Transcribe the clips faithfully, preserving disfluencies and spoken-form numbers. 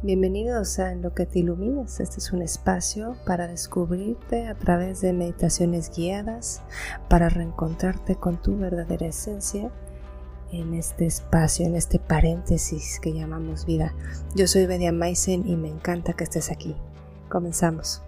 Bienvenidos a En lo que te iluminas. Este es un espacio para descubrirte a través de meditaciones guiadas, para reencontrarte con tu verdadera esencia en este espacio, en este paréntesis que llamamos vida. Yo soy Vedia Maisen y me encanta que estés aquí. Comenzamos.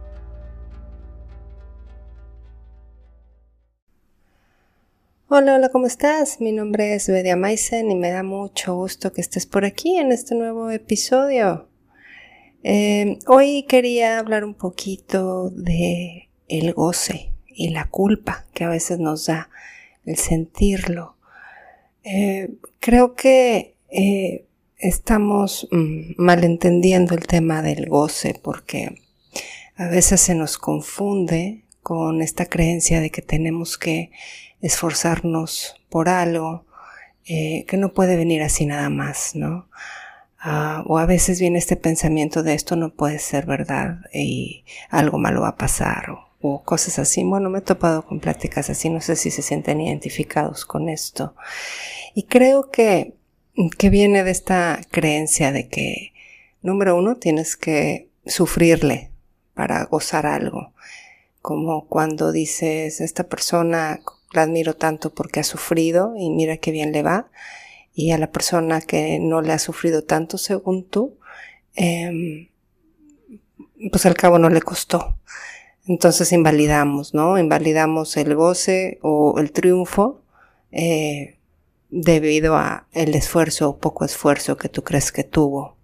Hola, hola, ¿cómo estás? Mi nombre es Vedia Maisen y me da mucho gusto que estés por aquí en este nuevo episodio. Eh, hoy quería hablar un poquito de el goce y la culpa que a veces nos da el sentirlo. Eh, creo que eh, estamos mm, malentendiendo el tema del goce porque a veces se nos confunde con esta creencia de que tenemos que esforzarnos por algo eh, que no puede venir así nada más, ¿no? Uh, o a veces viene este pensamiento de esto no puede ser verdad y algo malo va a pasar o, o cosas así. Bueno, me he topado con pláticas así, no sé si se sienten identificados con esto. Y creo que, que viene de esta creencia de que, número uno, tienes que sufrirle para gozar algo. Como cuando dices, esta persona la admiro tanto porque ha sufrido y mira qué bien le va. Y a la persona que no le ha sufrido tanto según tú, eh, pues al cabo no le costó. Entonces invalidamos, ¿no? Invalidamos el goce o el triunfo eh, debido a el esfuerzo o poco esfuerzo que tú crees que tuvo.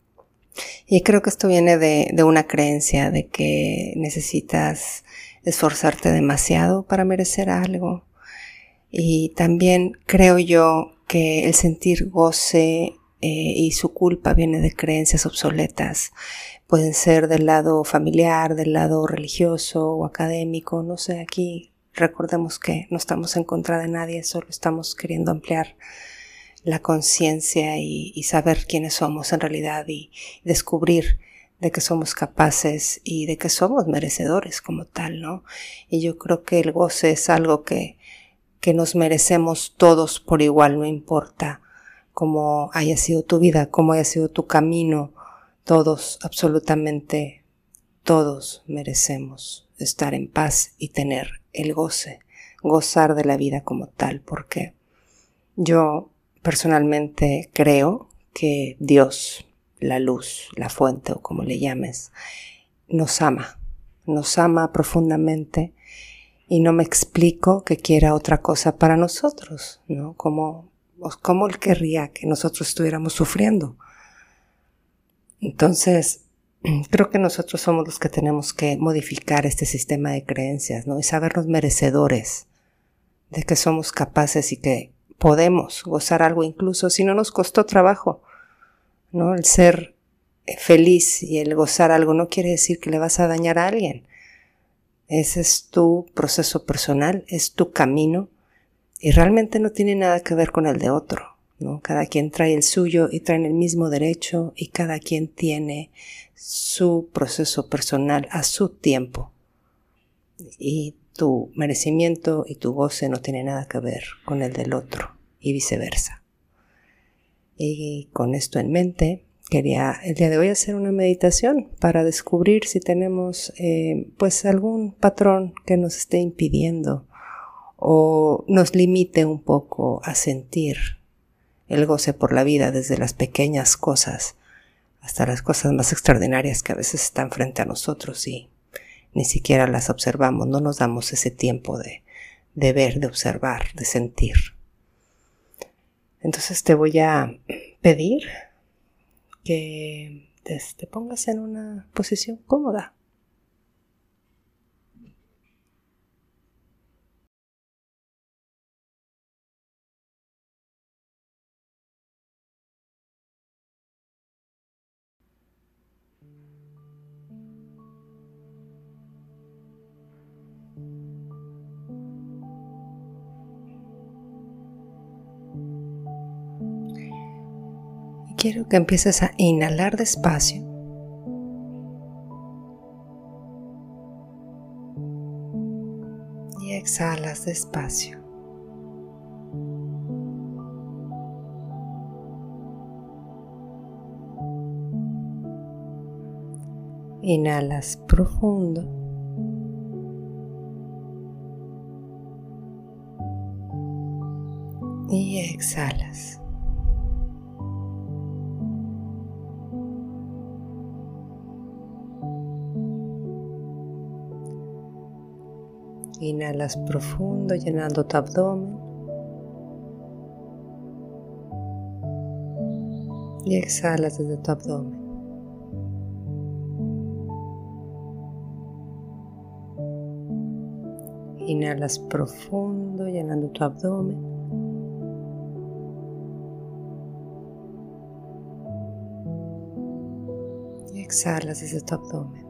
Y creo que esto viene de, de una creencia de que necesitas esforzarte demasiado para merecer algo. Y también creo yo que el sentir goce eh, y su culpa viene de creencias obsoletas. Pueden ser del lado familiar, del lado religioso o académico. No sé, aquí recordemos que no estamos en contra de nadie, solo estamos queriendo ampliar la conciencia y, y saber quiénes somos en realidad y descubrir de que somos capaces y de que somos merecedores como tal, ¿no? Y yo creo que el goce es algo que que nos merecemos todos por igual, no importa cómo haya sido tu vida, cómo haya sido tu camino, todos, absolutamente todos merecemos estar en paz y tener el goce, gozar de la vida como tal, porque yo personalmente creo que Dios, la luz, la fuente o como le llames, nos ama, nos ama profundamente. Y no me explico que quiera otra cosa para nosotros, ¿no? ¿Cómo, cómo él querría que nosotros estuviéramos sufriendo? Entonces, creo que nosotros somos los que tenemos que modificar este sistema de creencias, ¿no? Y sabernos merecedores de que somos capaces y que podemos gozar algo incluso si no nos costó trabajo, ¿no? El ser feliz y el gozar algo no quiere decir que le vas a dañar a alguien. Ese es tu proceso personal, es tu camino y realmente no tiene nada que ver con el de otro, ¿no? Cada quien trae el suyo y traen el mismo derecho y cada quien tiene su proceso personal a su tiempo. Y tu merecimiento y tu goce no tiene nada que ver con el del otro y viceversa. Y con esto en mente, quería el día de hoy hacer una meditación para descubrir si tenemos eh, pues algún patrón que nos esté impidiendo o nos limite un poco a sentir el goce por la vida desde las pequeñas cosas hasta las cosas más extraordinarias que a veces están frente a nosotros y ni siquiera las observamos, no nos damos ese tiempo de, de ver, de observar, de sentir. Entonces te voy a pedir que te, te pongas en una posición cómoda. Y quiero que empieces a inhalar despacio. Y exhalas despacio. Inhalas profundo. Y exhalas. Inhalas profundo, llenando tu abdomen. Y exhalas desde tu abdomen. Inhalas profundo, llenando tu abdomen. Y exhalas desde tu abdomen.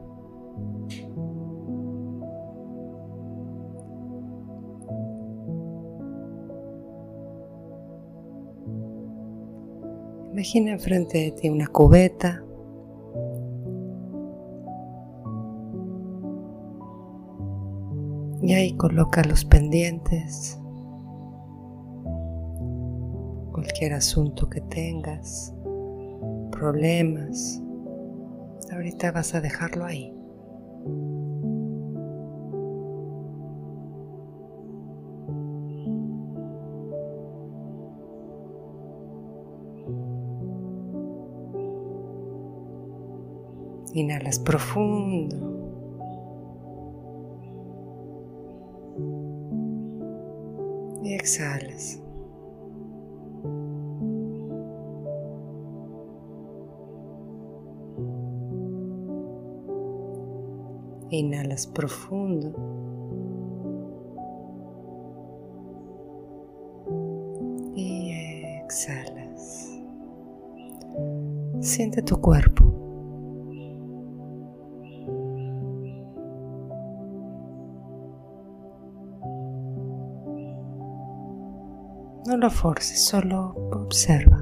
Imagina enfrente de ti una cubeta. Y ahí coloca los pendientes, cualquier asunto que tengas, problemas. Ahorita vas a dejarlo ahí. Inhalas profundo. Y exhalas. Inhalas profundo. Y exhalas. Siente tu cuerpo. No lo forces, solo observa.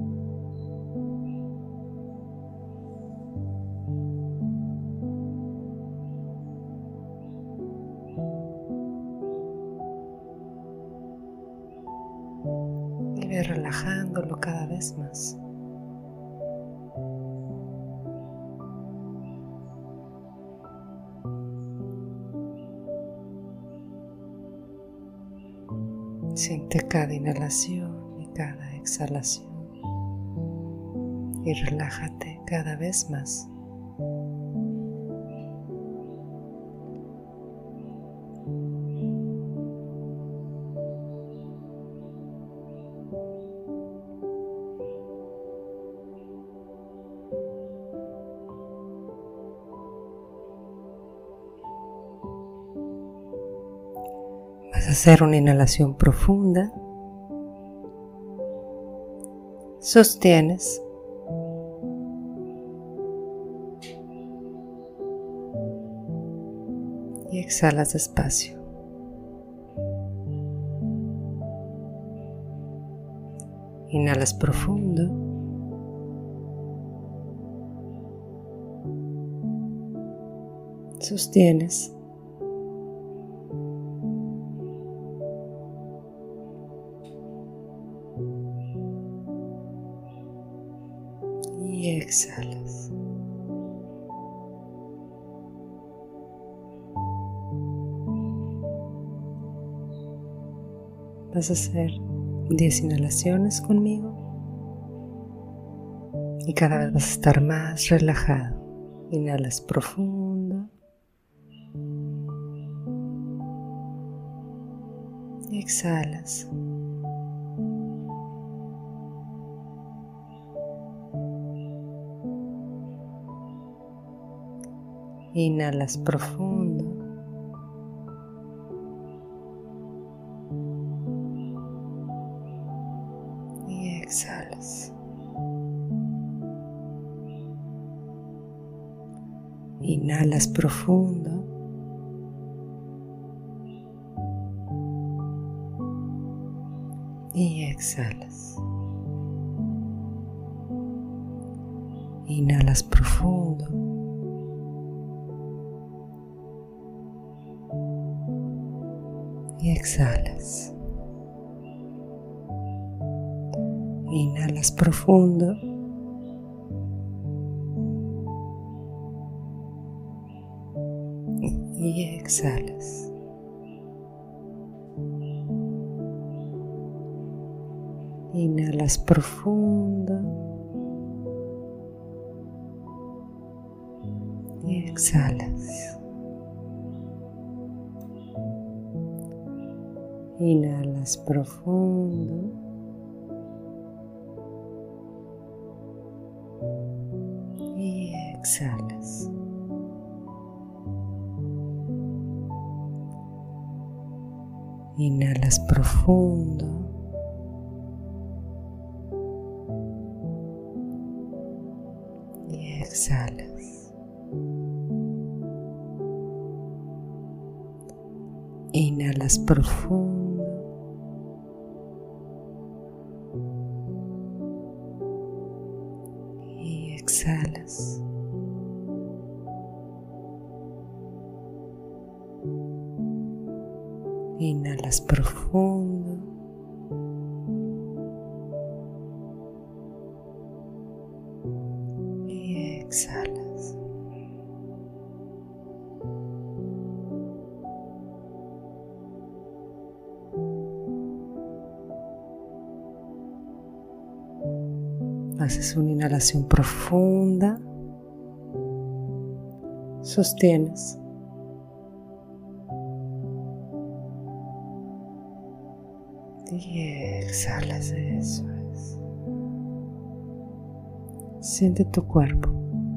Y ve relajándolo cada vez más. Siente cada inhalación y cada exhalación y relájate cada vez más. Vas a hacer una inhalación profunda. Sostienes. Y exhalas despacio. Inhalas profundo. Sostienes. Y exhalas. Vas a hacer diez inhalaciones conmigo y cada vez vas a estar más relajado. Inhalas profundo y exhalas. Inhalas profundo y exhalas. Inhalas profundo y exhalas. Inhalas profundo y exhalas. Inhalas profundo exhalas. Inhalas profundo y exhalas. Inhalas profundo y exhalas. Inhalas profundo y exhalas. Inhalas profundo y exhalas. Inhalas profundo y exhalas. Haces una inhalación profunda, sostienes y exhalas. Eso es. Siente tu cuerpo,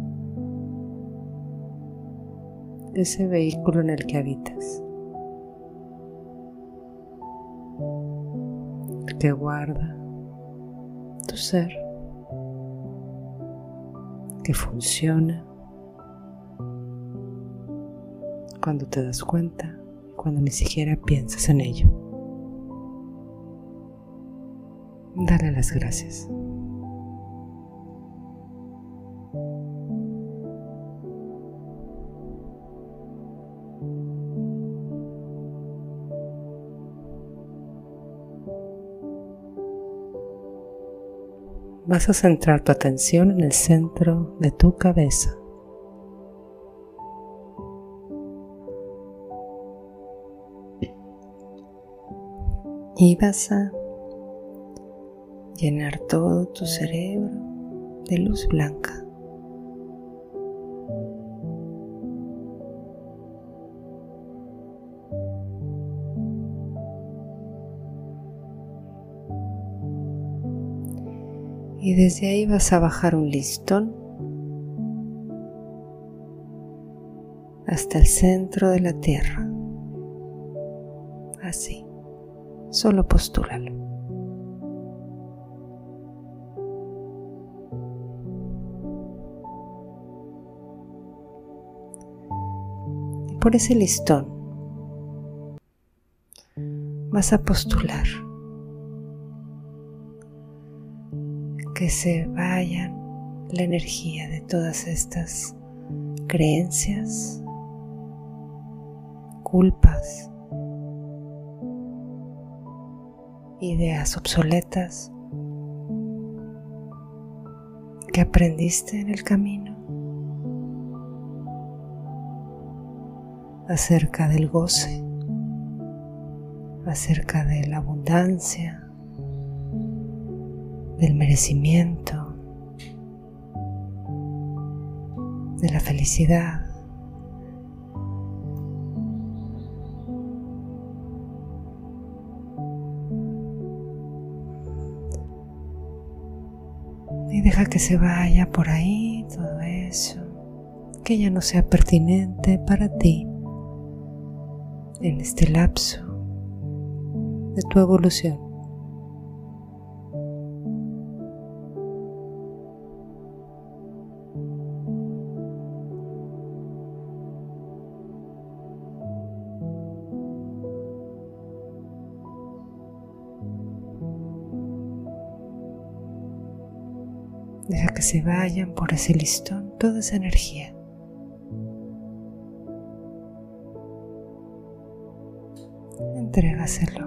ese vehículo en el que habitas, el que guarda tu ser, que funciona cuando te das cuenta, cuando ni siquiera piensas en ello. Dale las gracias. Vas a centrar tu atención en el centro de tu cabeza. Y vas a llenar todo tu cerebro de luz blanca. Y desde ahí vas a bajar un listón hasta el centro de la tierra. Así, solo postúralo. Y por ese listón vas a postular que se vayan la energía de todas estas creencias, culpas, ideas obsoletas que aprendiste en el camino acerca del goce, acerca de la abundancia, del merecimiento, de la felicidad. Y deja que se vaya por ahí todo eso, que ya no sea pertinente para ti en este lapso de tu evolución. Deja que se vayan por ese listón toda esa energía. Entrégaselo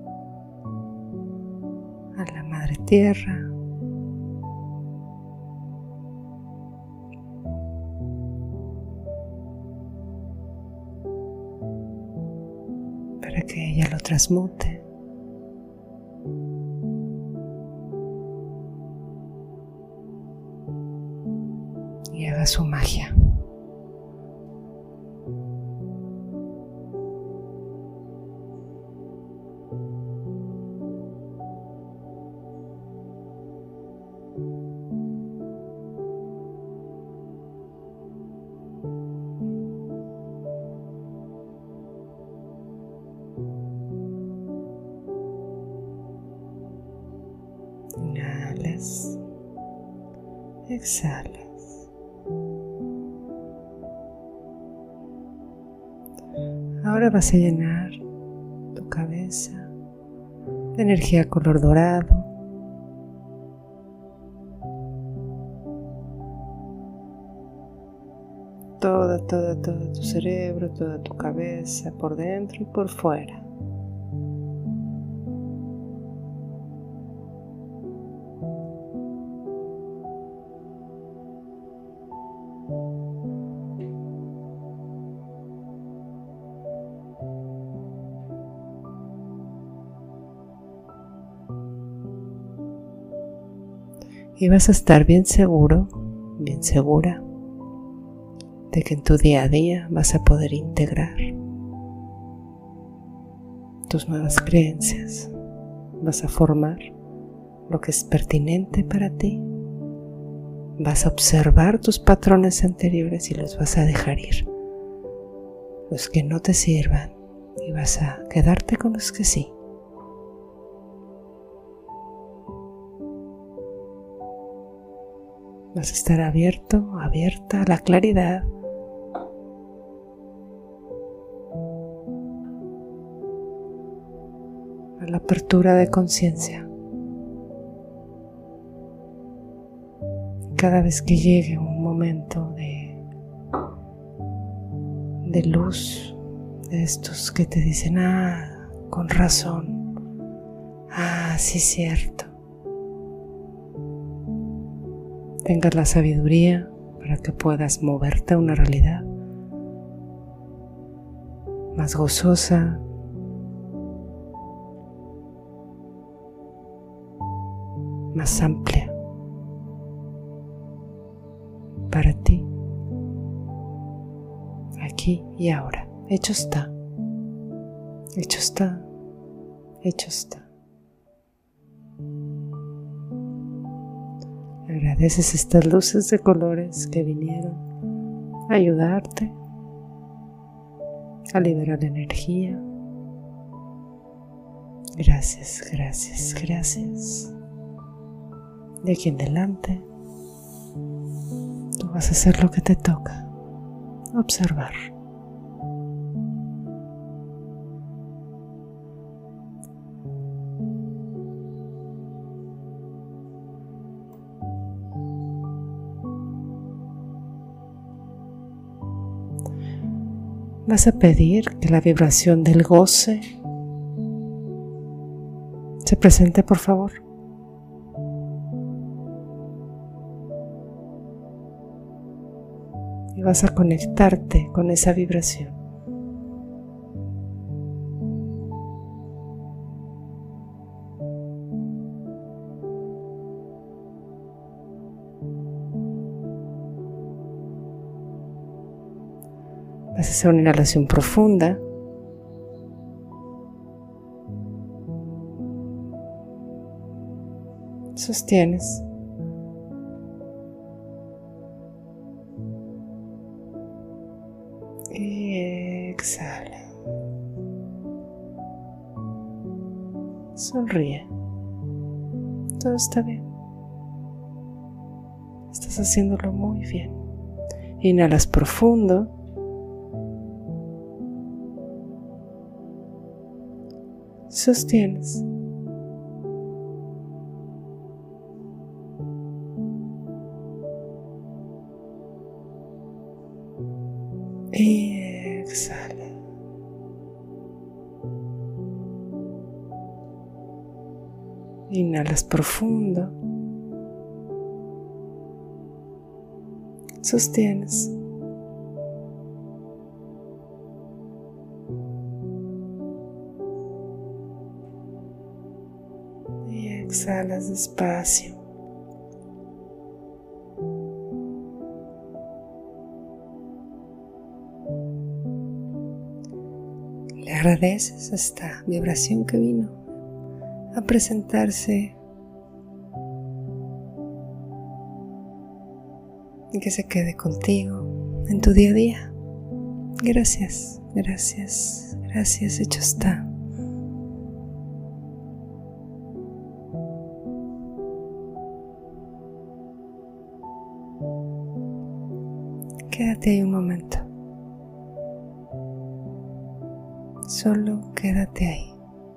a la Madre Tierra, que ella lo transmute. Y haga su magia. Inhalas, exhalas. Ahora vas a llenar tu cabeza de energía color dorado. Toda, toda, todo tu cerebro, toda tu cabeza, por dentro y por fuera. Y vas a estar bien seguro, bien segura de que en tu día a día vas a poder integrar tus nuevas creencias. Vas a formar lo que es pertinente para ti. Vas a observar tus patrones anteriores y los vas a dejar ir. Los que no te sirvan, y vas a quedarte con los que sí. Vas a estar abierto, abierta a la claridad. A la apertura de conciencia. Cada vez que llegue un momento de, de luz, de estos que te dicen, ah, con razón, ah, sí es cierto. Tengas la sabiduría para que puedas moverte a una realidad más gozosa, más amplia para ti, aquí y ahora. Hecho está, hecho está, hecho está. Agradeces estas luces de colores que vinieron a ayudarte a liberar energía. Gracias, gracias, gracias. De aquí en adelante, tú vas a hacer lo que te toca, observar. Vas a pedir que la vibración del goce se presente, por favor. Y vas a conectarte con esa vibración. Vas a hacer una inhalación profunda. Sostienes. Y exhala. Sonríe. Todo está bien. Estás haciéndolo muy bien. Inhalas profundo. Sostienes. Y exhala. Inhalas profundo. Sostienes. exhalas despacio. Le agradeces esta vibración que vino a presentarse y que se quede contigo en tu día a día. Gracias, gracias, gracias, hecho está. Quédate ahí un momento. Solo quédate ahí.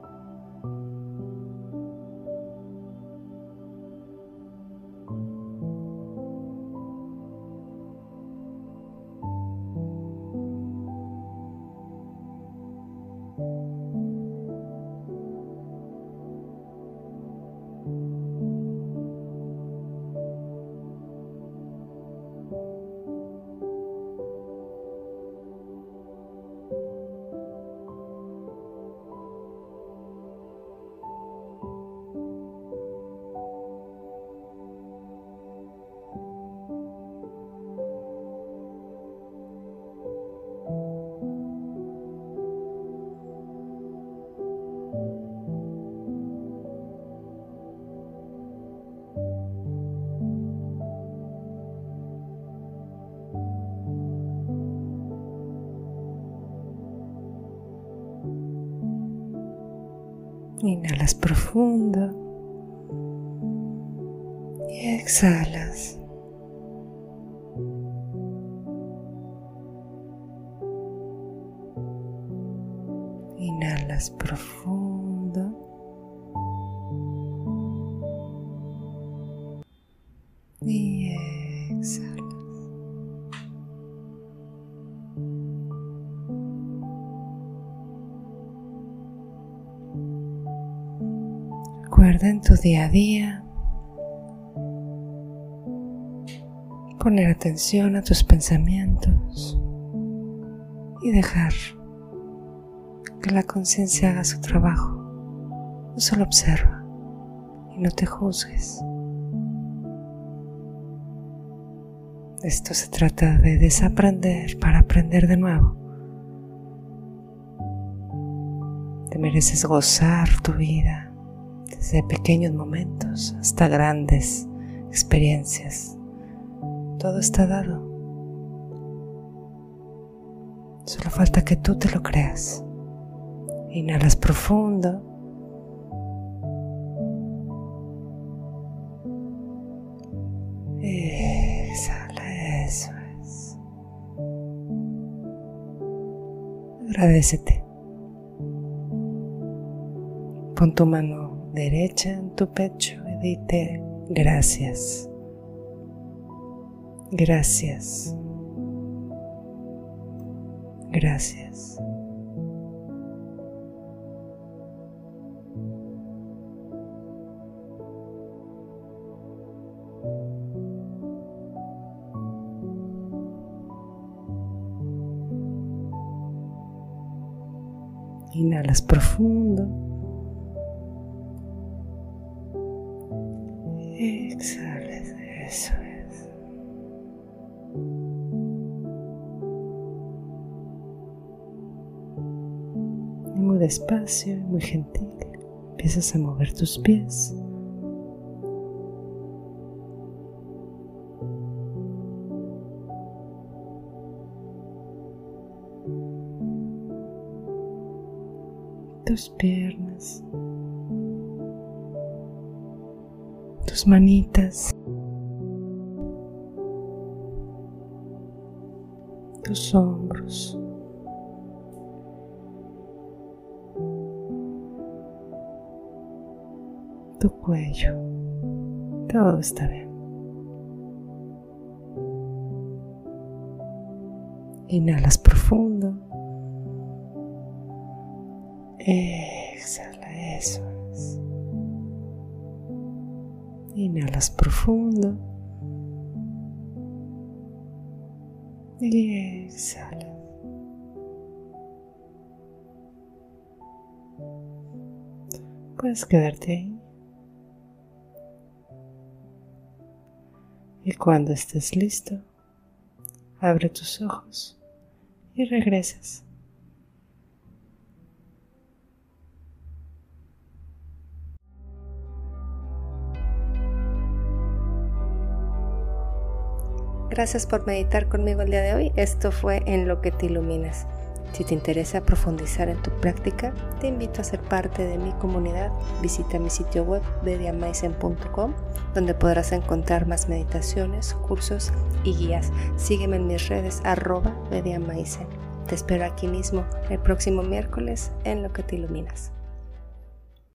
Inhalas profundo y exhalas. Inhalas profundo y exhalas. Recuerda en tu día a día poner atención a tus pensamientos y dejar que la conciencia haga su trabajo. Tú solo observa y no te juzgues. Esto se trata de desaprender para aprender de nuevo. Te mereces gozar tu vida desde pequeños momentos hasta grandes experiencias. Todo está dado. Solo falta que tú te lo creas. Inhalas profundo. Exhala, eso es. Agradécete. Pon tu mano derecha en tu pecho y dite gracias. Gracias. Gracias. Inhalas profundo. Exhalas, eso es. Y muy despacio y muy gentil empiezas a mover tus pies. Tus piernas, tus manitas, tus hombros, tu cuello. Todo está bien. Inhalas profundo. Exhala, eso es. Inhalas profundo y exhala. Puedes quedarte ahí Y cuando estés listo, abre tus ojos y regresas. Gracias por meditar conmigo el día de hoy. Esto fue En lo que te iluminas. Si te interesa profundizar en tu práctica, te invito a ser parte de mi comunidad. Visita mi sitio web vediamaisen punto com, donde podrás encontrar más meditaciones, cursos y guías. Sígueme en mis redes arroba vediamaisen. Te espero aquí mismo el próximo miércoles en Lo que te iluminas.